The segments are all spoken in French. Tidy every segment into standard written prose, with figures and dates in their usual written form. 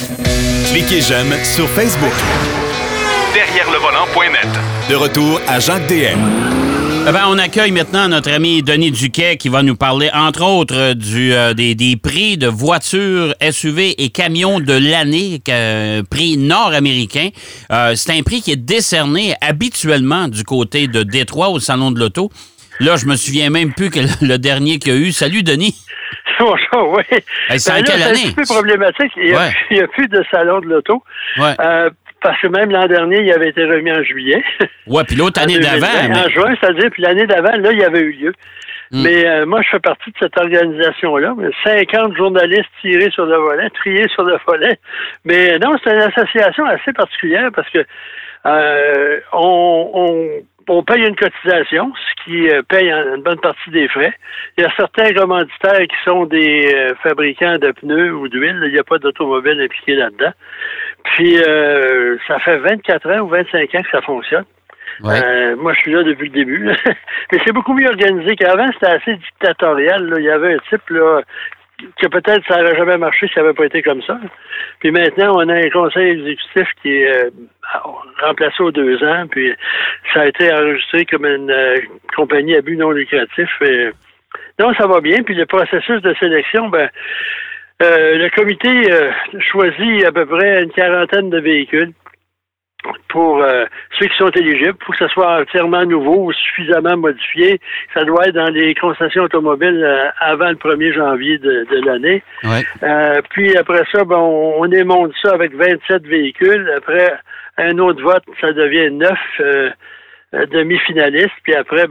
Cliquez j'aime sur Facebook. Derrière le volant.net. De retour à Jacques DM. On accueille maintenant notre ami Denis Duquet qui va nous parler, entre autres, des prix de voitures, SUV et camions de l'année, prix nord-américain. C'est un prix qui est décerné habituellement du côté de Détroit au Salon de l'Auto. Là, je me souviens même plus que le dernier qu'il y a eu. Salut, Denis. Bonjour, oui. C'est en quelle année? C'est un petit peu problématique. Il n'y a plus de Salon de l'Auto. Ouais. Parce que même l'an dernier, il avait été remis en juillet. Oui, puis l'autre année d'avant. En juin, c'est-à-dire, puis l'année d'avant, là, il y avait eu lieu. Mais moi, je fais partie de cette organisation-là. 50 journalistes triés sur le volet. Mais non, c'est une association assez particulière parce que on paye une cotisation, ce qui paye une bonne partie des frais. Il y a certains commanditaires qui sont des fabricants de pneus ou d'huile. Il n'y a pas d'automobile impliqué là-dedans. Puis, ça fait 24 ans ou 25 ans que ça fonctionne. Ouais. Moi, je suis là depuis le début. Mais c'est beaucoup mieux organisé qu'avant. C'était assez dictatorial. Là. Il y avait un type là que peut-être ça n'aurait jamais marché si ça n'avait pas été comme ça. Puis maintenant, on a un conseil exécutif qui est remplacé aux 2 ans. Puis ça a été enregistré comme une compagnie à but non lucratif. Non, ça va bien. Puis le processus de sélection, le comité choisit à peu près une 40aine de véhicules pour ceux qui sont éligibles. Il faut que ce soit entièrement nouveau ou suffisamment modifié. Ça doit être dans les concessions automobiles avant le 1er janvier de l'année. Ouais. Puis après ça, on démonte ça avec 27 véhicules. Après un autre vote, ça devient 9 demi-finalistes. Puis après,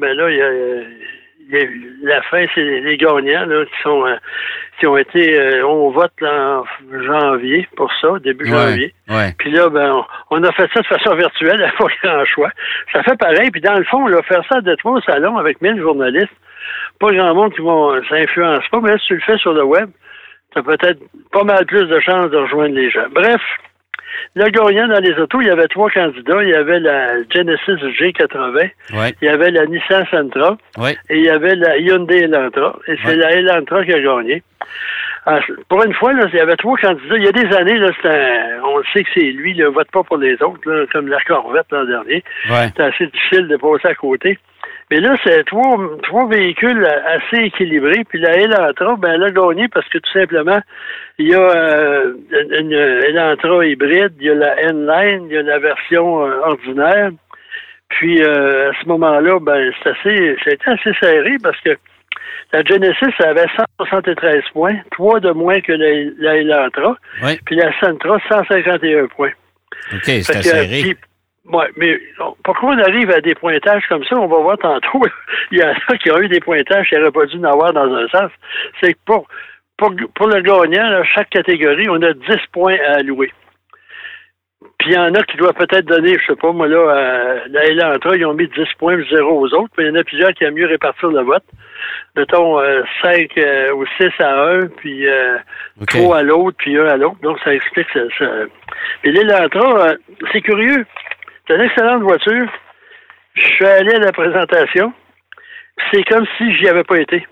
la fin, c'est les gagnants là, qui ont été... on vote en janvier pour ça, début janvier. Ouais. Puis là, on a fait ça de façon virtuelle, il n'y a pas grand choix. Ça fait pareil. Puis dans le fond, là, faire ça à Détroit au salon avec 1000 journalistes, pas grand monde qui ça influence pas, mais là, si tu le fais sur le web, tu as peut-être pas mal plus de chances de rejoindre les gens. Bref, le gagnant dans les autos, il y avait 3 candidats. Il y avait la Genesis G80, il y avait la Nissan Sentra, et il y avait la Hyundai Elantra. Et c'est la Elantra qui a gagné. Alors, pour une fois, là, il y avait 3 candidats. Il y a des années, là, on le sait que c'est lui, il ne vote pas pour les autres, là, comme la Corvette l'an dernier. C'est assez difficile de passer à côté. Mais là, c'est trois véhicules assez équilibrés. Puis la Elantra, elle a gagné parce que tout simplement, il y a une Elantra hybride, il y a la N-Line, il y a la version ordinaire. Puis à ce moment-là, c'était assez serré parce que la Genesis avait 173 points, 3 de moins que la Elantra. Puis la Sentra, 151 points. OK, c'était serré. Oui, mais pourquoi on arrive à des pointages comme ça? On va voir tantôt. Il y en a qui ont eu des pointages qui n'auraient pas dû en avoir dans un sens. C'est que pour le gagnant, là, chaque catégorie, on a 10 points à allouer. Puis il y en a qui doivent peut-être donner, je sais pas, moi là, la Elantra, ils ont mis 10 points, 0 aux autres. Puis il y en a plusieurs qui aiment mieux répartir le vote. Mettons 5 ou 6 à un, puis 3 à l'autre, puis 1 à l'autre. Donc ça explique ça. Mais l'Elantra, c'est curieux. C'est une excellente voiture. Je suis allé à la présentation. C'est comme si j'y avais pas été.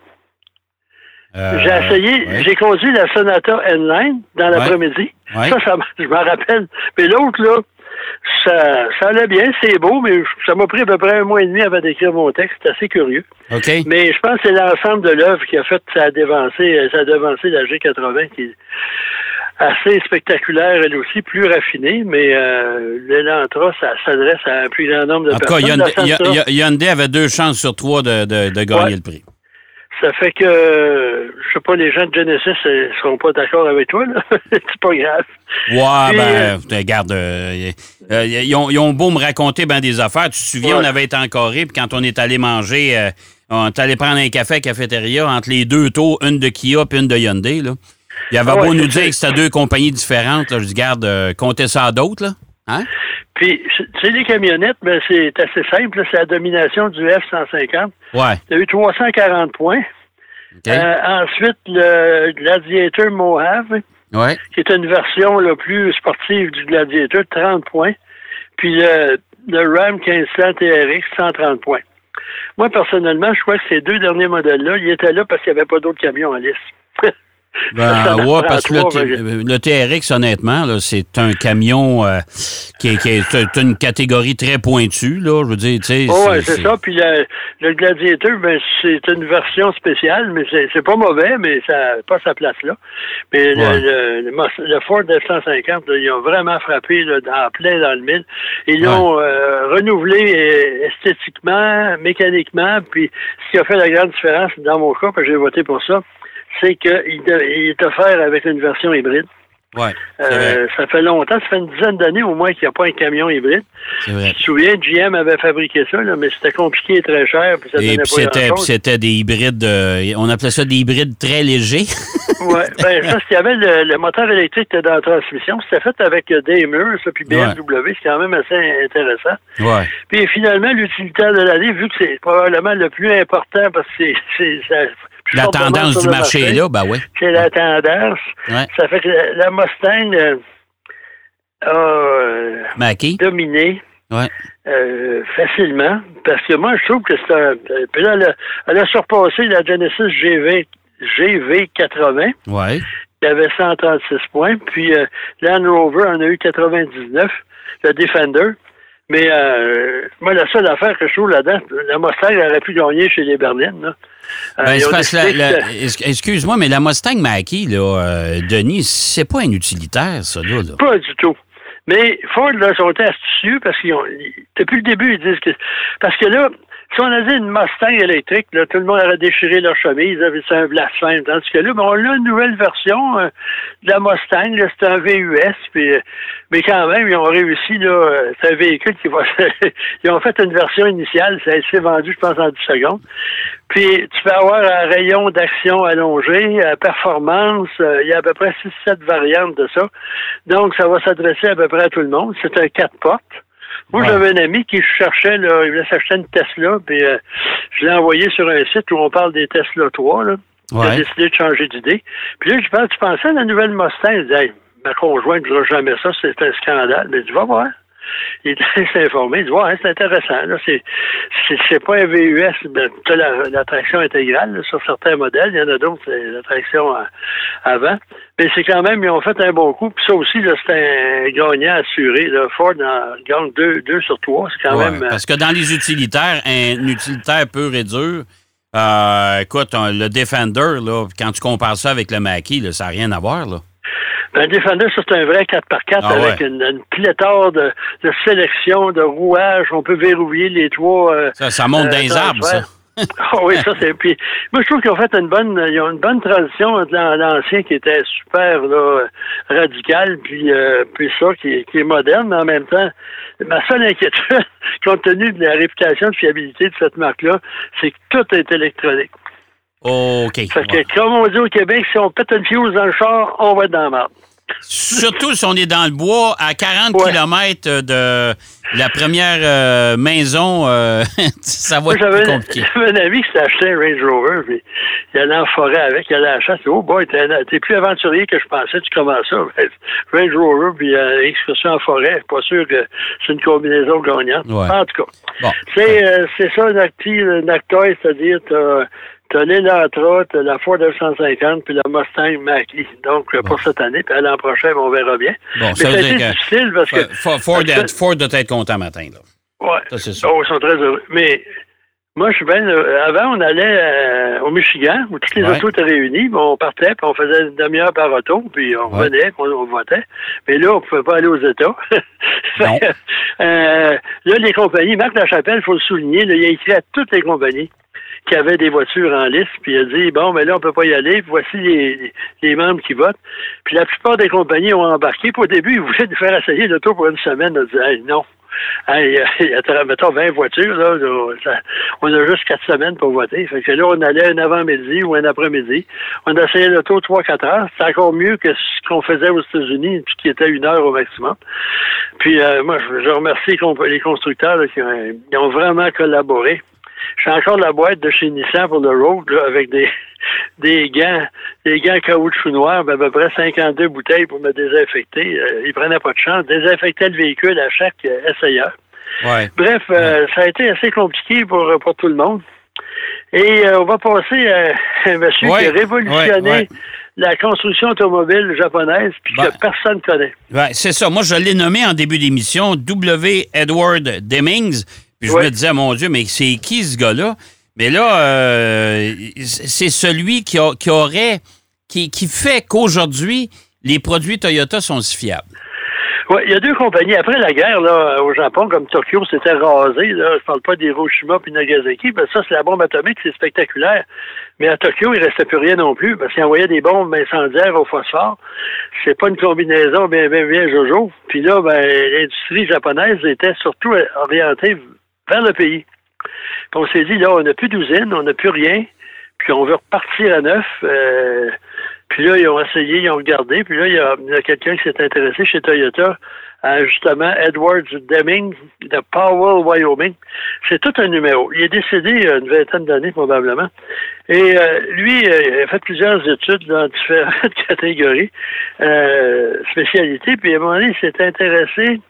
J'ai essayé, j'ai conduit la Sonata N-Line dans l'après-midi. Ça, je m'en rappelle. Mais l'autre, là, ça allait bien, c'est beau, mais ça m'a pris à peu près 1 mois et demi avant d'écrire mon texte. C'est assez curieux. Mais je pense que c'est l'ensemble de l'œuvre qui a fait que ça a devancé la G80 qui est assez spectaculaire, elle aussi, plus raffinée, mais l'Elantra, ça s'adresse à un plus grand nombre de personnes. En tout cas, Hyundai avait 2 chances sur 3 de gagner le prix. Ça fait que, je sais pas, les gens de Genesis ne seront pas d'accord avec toi, là. C'est pas grave. Regarde, ils ont beau me raconter des affaires. Tu te souviens, on avait été en Corée, puis quand on est allé manger, on est allé prendre un café à la cafétéria entre les 2 tours, une de Kia puis une de Hyundai, là. Il avait beau nous dire que c'était 2 compagnies différentes, là, je dis, garde, comptez ça à d'autres, là. Hein? Puis, c'est les camionnettes, mais c'est assez simple. C'est la domination du F-150. Il y a eu 340 points. Ensuite, le Gladiator Mojave, qui est une version la plus sportive du Gladiator, 30 points. Puis le Ram 1500 TRX, 130 points. Moi, personnellement, je crois que ces 2 derniers modèles-là, ils étaient là parce qu'il n'y avait pas d'autres camions en liste. Ouais, parce que le TRX, honnêtement, là, c'est un camion qui est une catégorie très pointue, là, je veux dire, tu sais. Oui, c'est ça. Puis le Gladiator, ben, c'est une version spéciale, mais c'est pas mauvais, mais ça n'a pas sa place là. Mais le Ford F-150, là, ils ont vraiment frappé là, en plein dans le mille. Ils l'ont renouvelé esthétiquement, mécaniquement, puis ce qui a fait la grande différence, dans mon cas, parce que j'ai voté pour ça, c'est qu'il est offert avec une version hybride. Ouais, ça fait longtemps, ça fait une dizaine d'années au moins qu'il n'y a pas un camion hybride. C'est vrai. Tu te souviens, GM avait fabriqué ça, là, mais c'était compliqué et très cher. Puis ça et puis c'était des hybrides, on appelait ça des hybrides très légers. Oui, ben ça, il y avait le moteur électrique dans la transmission. C'était fait avec Daimler, ça, puis BMW, c'est quand même assez intéressant. Ouais. Puis finalement, l'utilitaire de l'année, vu que c'est probablement le plus important parce que c'est la tendance du marché est là, ben oui. C'est la tendance. Ouais. Ça fait que la Mustang a dominé facilement. Parce que moi, je trouve que c'est un... Puis là, elle a surpassé la Genesis GV80. Ouais. Il avait 136 points. Puis Land Rover en a eu 99. Le Defender. Mais moi, la seule affaire que je trouve là-dedans, la Mustang aurait pu gagner chez les berlines. Là. Excuse-moi, mais la Mustang Mach-E, là, Denis, c'est pas un utilitaire, ça, là. Pas du tout. Mais Ford, là, sont astucieux parce qu'ils ont... Depuis le début, ils disent que... Parce que là, si on avait une Mustang électrique, là, tout le monde aurait déchiré leur chemise, c'est un blasphème. Tandis que là, on a une nouvelle version de la Mustang, là, c'est un VUS, puis, mais quand même, ils ont réussi, là, c'est un véhicule qui va... Ils ont fait une version initiale, ça a été vendu, je pense, en 10 secondes. Puis, tu peux avoir un rayon d'action allongé, performance, il y a à peu près 6-7 variantes de ça. Donc, ça va s'adresser à peu près à tout le monde. C'est un 4 portes. Moi, j'avais un ami qui cherchait, là, il voulait s'acheter une Tesla, puis je l'ai envoyé sur un site où on parle des Tesla 3, là. Il a décidé de changer d'idée. Puis là, je pense, tu pensais à la nouvelle Mustang? Il disait, hey, ma conjointe ne dira jamais ça, c'est un scandale. Mais tu vas voir. Il s'est informé, il dit, ouais, c'est intéressant, là, c'est pas un VUS, tu as la traction intégrale, là, sur certains modèles, il y en a d'autres, c'est la traction avant, mais c'est quand même, ils ont fait un bon coup, puis ça aussi, là, c'est un gagnant assuré, là, Ford gagne 2 sur 3, c'est quand même... Parce que dans les utilitaires, un utilitaire pur et dur, écoute, le Defender, là, quand tu compares ça avec le Mach-E, là, ça n'a rien à voir, là. Un Defender, ça, c'est un vrai 4x4 avec une pléthore de sélection, de rouages. On peut verrouiller les toits. Ça monte dans les arbres, ça. Oui, ça, c'est... Puis, moi, je trouve qu'ils ont fait une bonne transition entre l'ancien qui était super là, radical, puis ça qui est moderne, mais en même temps, ma seule inquiétude, compte tenu de la réputation de fiabilité de cette marque-là, c'est que tout est électronique. OK. Fait que, comme on dit au Québec, si on pète une fuse dans le char, on va être dans la merde. Surtout si on est dans le bois, à 40 km de la première maison, ça va être compliqué. J'avais un ami qui s'est acheté un Range Rover, puis il allait en forêt avec, il allait à la chasse. Oh boy, t'es plus aventurier que je pensais, tu commences ça. Range Rover, puis excursion en forêt, pas sûr que c'est une combinaison gagnante. Ouais. En tout cas, bon. C'est ça, un Actoy, c'est-à-dire t'as l'Elantra, t'as la Ford F-150 puis la Mustang Mach-E. Donc, pour cette année, puis l'an prochain, on verra bien. Bon, mais ça a été difficile parce que... Ford doit être content matin, là. Oui. Ça, c'est ça. Oh, ils sont très heureux. Mais moi, je suis bien... avant, on allait au Michigan, où toutes les autos étaient réunies, on partait, puis on faisait une demi-heure par auto, puis on revenait, puis on votait. Mais là, on ne pouvait pas aller aux États. Non. Là, les compagnies, Marc Lachapelle, il faut le souligner, là, il a écrit à toutes les compagnies qui avaient des voitures en liste, puis il a dit, bon, mais là, on peut pas y aller, puis voici les membres qui votent. Puis la plupart des compagnies ont embarqué. Puis au début, ils voulaient nous faire essayer l'auto pour une semaine. On a dit, hey, non. Hey, mettons 20 voitures, là, on a juste 4 semaines pour voter. Fait que là, on allait un avant-midi ou un après-midi. On a essayé l'auto 3-4 heures. C'est encore mieux que ce qu'on faisait aux États-Unis, qui était 1 heure au maximum. Puis moi, je remercie les constructeurs là, qui ont vraiment collaboré. J'ai encore la boîte de chez Nissan pour le Rogue, là, avec des gants caoutchouc noir, à peu près 52 bouteilles pour me désinfecter. Ils prenaient pas de chance. Désinfectaient le véhicule à chaque essayeur. Ouais. Bref, ça a été assez compliqué pour tout le monde. Et on va passer à un monsieur qui a révolutionné la construction automobile japonaise, puis que personne ne connaît. Ben, c'est ça. Moi, je l'ai nommé en début d'émission W. Edward Demings. Puis je me disais, mon Dieu, mais c'est qui ce gars-là? Mais là, c'est celui qui fait qu'aujourd'hui, les produits Toyota sont si fiables. Oui, il y a deux compagnies. Après la guerre, là, au Japon, comme Tokyo, c'était rasé. Là, je parle pas d'Hiroshima puis Nagasaki. Ben, ça, c'est la bombe atomique, c'est spectaculaire. Mais à Tokyo, il restait plus rien non plus, parce qu'ils envoyaient des bombes incendiaires au phosphore. C'est pas une combinaison bien jojo. Puis là, ben, l'industrie japonaise était surtout orientée vers le pays. Puis on s'est dit, là, on n'a plus d'usine, on n'a plus rien, puis on veut repartir à neuf. Puis là, ils ont essayé, ils ont regardé. Puis là, il y a quelqu'un qui s'est intéressé chez Toyota à, justement, Edward Deming de Powell, Wyoming. C'est tout un numéro. Il est décédé il y a une vingtaine d'années, probablement. Et lui, il a fait plusieurs études dans différentes catégories, spécialités. Puis à un moment donné, il s'est intéressé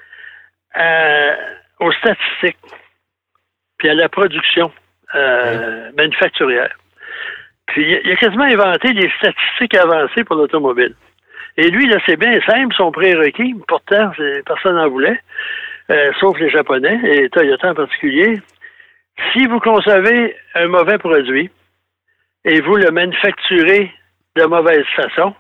aux statistiques, puis à la production manufacturière. Puis il a quasiment inventé des statistiques avancées pour l'automobile. Et lui, là, c'est bien simple, son prérequis. Pourtant, personne n'en voulait, sauf les Japonais, et Toyota en particulier. Si vous concevez un mauvais produit et vous le manufacturez de mauvaise façon,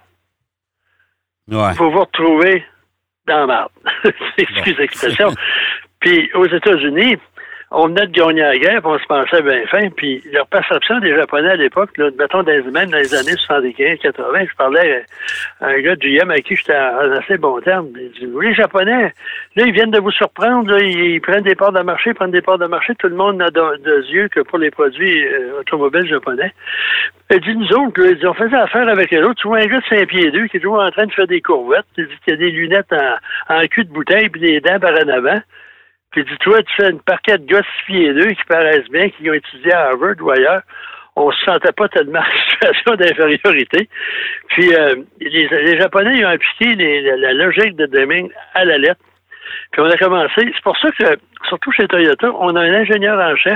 vous vous retrouvez dans la marde. Excusez l'expression. Puis aux États-Unis, on venait de gagner la guerre, puis on se pensait bien fin, puis leur perception des Japonais à l'époque, là, mettons même dans les années 75-80, je parlais à un gars de GM avec qui j'étais en assez bon terme. Il dit, les Japonais, là, ils viennent de vous surprendre, là, ils prennent des parts de marché, tout le monde n'a de yeux que pour les produits automobiles japonais. Il dit, nous autres, là, on faisait affaire avec eux autres. Tu vois un gars de 5 pieds 2 qui est toujours en train de faire des courbettes, il dit qu'il y a des lunettes en cul de bouteille, puis des dents par en avant. Puis dis-toi, tu fais une parquet de gars 6 pieds 2 qui paraissent bien, qui ont étudié à Harvard ou ailleurs. On se sentait pas tellement en situation d'infériorité. Puis les Japonais ils ont appliqué la logique de Deming à la lettre. Puis on a commencé. C'est pour ça que, surtout chez Toyota, on a un ingénieur en chef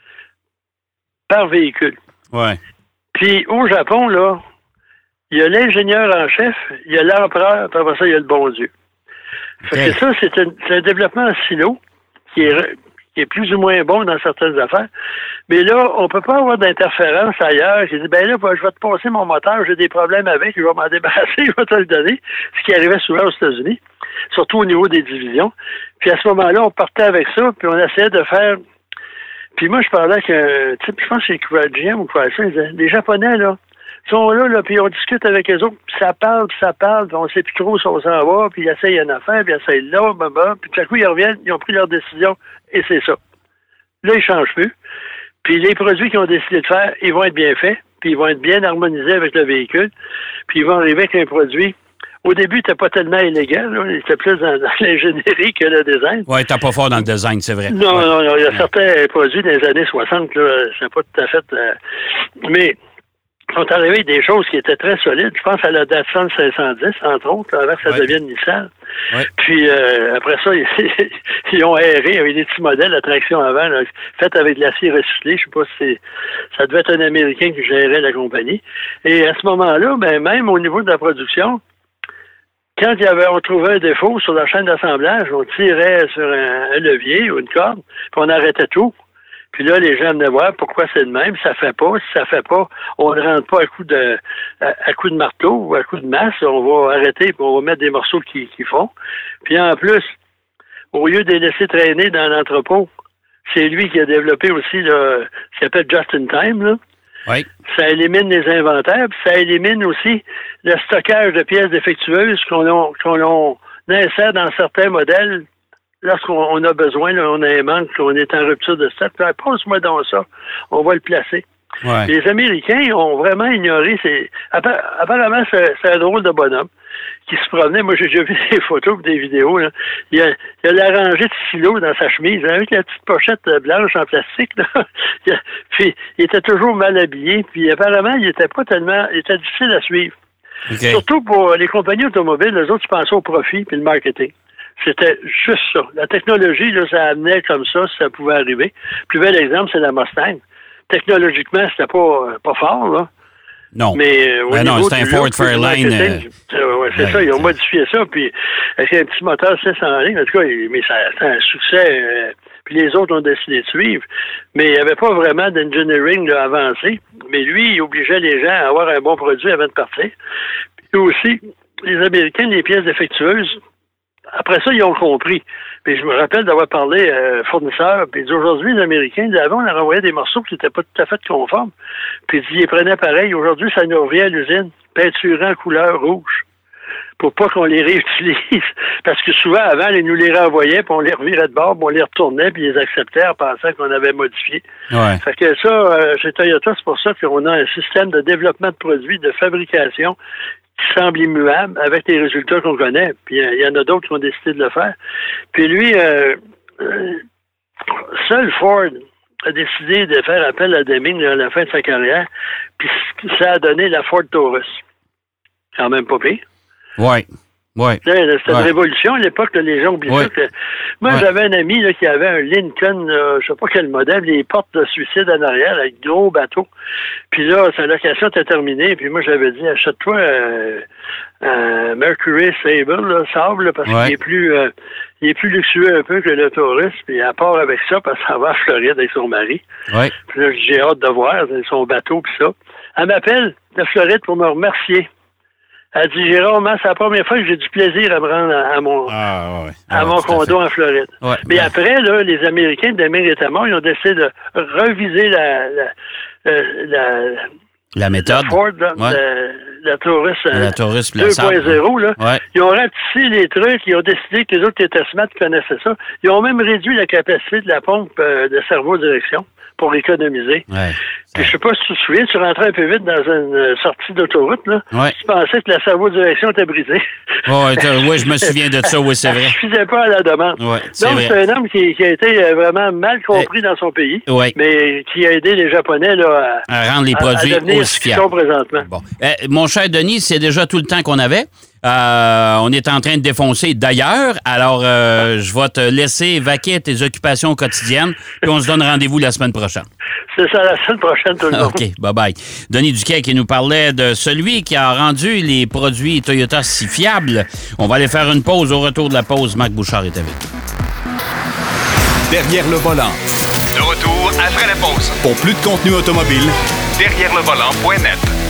par véhicule. Ouais. Puis au Japon, là, il y a l'ingénieur en chef, il y a l'empereur, puis après ça, il y a le bon Dieu. Fait que ça, c'est un développement en silo qui est plus ou moins bon dans certaines affaires. Mais là, on peut pas avoir d'interférence ailleurs. J'ai dit, ben là, je vais te passer mon moteur, j'ai des problèmes avec, je vais m'en débarrasser, je vais te le donner. Ce qui arrivait souvent aux États-Unis, surtout au niveau des divisions. Puis à ce moment-là, on partait avec ça, puis on essayait de faire... Puis moi, je parlais que, tu sais, je pense que c'est GM ou quoi ça, les Japonais, là, sont là, puis on discute avec les autres, puis ça parle, puis on sait plus trop si on s'en va, puis ils essayent une affaire, puis ils essayent là, puis tout à coup, ils reviennent, ils ont pris leur décision, et c'est ça. Là, ils changent plus. Puis les produits qu'ils ont décidé de faire, ils vont être bien faits, puis ils vont être bien harmonisés avec le véhicule, puis ils vont arriver avec un produit. Au début, c'était pas tellement illégal, là. C'était plus dans l'ingénierie que le design. Oui, t'es pas fort dans le design, c'est vrai. Non. Il y a certains produits des années 60, là, c'est pas tout à fait... mais... sont arrivés des choses qui étaient très solides. Je pense à la Datsun 510, entre autres, avant que ça devienne Nissan. Ouais. Puis après ça, ils ont aéré avec des petits modèles à traction avant, là, faits avec de l'acier recyclé. Je sais pas si ça devait être un Américain qui gérait la compagnie. Et à ce moment-là, ben même au niveau de la production, quand on trouvait un défaut sur la chaîne d'assemblage, on tirait sur un levier ou une corde, puis on arrêtait tout. Puis là, les gens venaient voir pourquoi c'est de même. Ça fait pas. Si ça fait pas, on ne rentre pas à coup de marteau ou à coup de masse. On va arrêter et on va mettre des morceaux qui font. Puis en plus, au lieu de les laisser traîner dans l'entrepôt, c'est lui qui a développé aussi ce qu'il appelle Just in Time. Là. Oui. Ça élimine les inventaires, puis ça élimine aussi le stockage de pièces défectueuses qu'on insère dans certains modèles. Lorsqu'on a besoin, là, on a un manque, on est en rupture de stock, passe-moi dans ça, on va le placer. Ouais. Les Américains ont vraiment ignoré. Apparemment, c'est un drôle de bonhomme qui se promenait. Moi, j'ai déjà vu des photos et des vidéos. Là. Il a la rangée de silos dans sa chemise, avec la petite pochette blanche en plastique. Là. Puis, il était toujours mal habillé. Puis, apparemment, il était difficile à suivre. Okay. Surtout pour les compagnies automobiles, les autres, ils pensaient au profit puis le marketing. C'était juste ça. La technologie, là, ça amenait comme ça, si ça pouvait arriver. Le plus bel exemple, c'est la Mustang. Technologiquement, c'était pas fort, là. Non. Mais non, c'est un Ford Fairlane. C'est ça, ils ont modifié ça, puis avec un petit moteur 600 lignes, en tout cas, mais c'est un succès, puis les autres ont décidé de suivre. Mais il n'y avait pas vraiment d'engineering avancé, mais lui, il obligeait les gens à avoir un bon produit avant de partir. Puis aussi, les Américains, les pièces défectueuses, après ça, ils ont compris. Puis je me rappelle d'avoir parlé fournisseur, puis aujourd'hui, les Américains, avant, on leur envoyait des morceaux qui n'étaient pas tout à fait conformes. Puis ils les prenaient pareil. Aujourd'hui, ça nous revient à l'usine, peinturant couleur rouge, pour pas qu'on les réutilise. Parce que souvent, avant, ils nous les renvoyaient, puis on les revirait de bord, puis on les retournait, puis ils les acceptaient en pensant qu'on avait modifié. Ouais. Fait que ça, chez Toyota, c'est pour ça qu'on a un système de développement de produits, de fabrication, qui semble immuable avec les résultats qu'on connaît. Puis il y en a d'autres qui ont décidé de le faire. Puis lui, seul Ford a décidé de faire appel à Deming à la fin de sa carrière, puis ça a donné la Ford Taurus. Quand même pas pire. Oui. Ouais. C'était une révolution à l'époque, là, les gens oublient ça. Moi, j'avais un ami là, qui avait un Lincoln, je sais pas quel modèle, les portes de suicide en arrière, avec gros bateau. Puis là, sa location était terminée, puis moi, j'avais dit, achète-toi un Mercury Sable, parce qu'il est plus luxueux un peu que le Taurus, puis à part avec ça, parce qu'elle va en Floride avec son mari. Ouais. Puis là, j'ai hâte de voir son bateau, puis ça. Elle m'appelle de Floride pour me remercier. Elle dit, Jérôme, c'est la première fois que j'ai du plaisir à me rendre à mon condo en Floride. Ouais, mais après, là, les Américains de Deming et Tamar, ils ont décidé de reviser la méthode. La Ford, la Taurus 2.0. Là. Ouais. Ils ont rapetissé les trucs, ils ont décidé que les autres qui étaient smart connaissaient ça. Ils ont même réduit la capacité de la pompe de servo-direction pour économiser. Ouais. Puis, je sais pas si tu te souviens, tu rentrais un peu vite dans une sortie d'autoroute, là. Ouais. Tu pensais que la servo-direction était brisée. Oui, je me souviens de ça, oui, c'est vrai. Ça ne suffisait pas à la demande. Ouais, donc, c'est un homme qui a été vraiment mal compris dans son pays, mais qui a aidé les Japonais là, à rendre les produits à devenir aussi fiables. Présentement. Bon. Mon cher Denis, c'est déjà tout le temps qu'on avait. On est en train de défoncer d'ailleurs. Alors, je vais te laisser vaquer tes occupations quotidiennes, puis on se donne rendez-vous la semaine prochaine. C'est ça, la semaine prochaine, tout le monde. OK, bye-bye. Denis Duquet qui nous parlait de celui qui a rendu les produits Toyota si fiables. On va aller faire une pause. Au retour de la pause, Marc Bouchard est avec nous. Derrière le volant. De retour après la pause. Pour plus de contenu automobile, derrière le volant.net.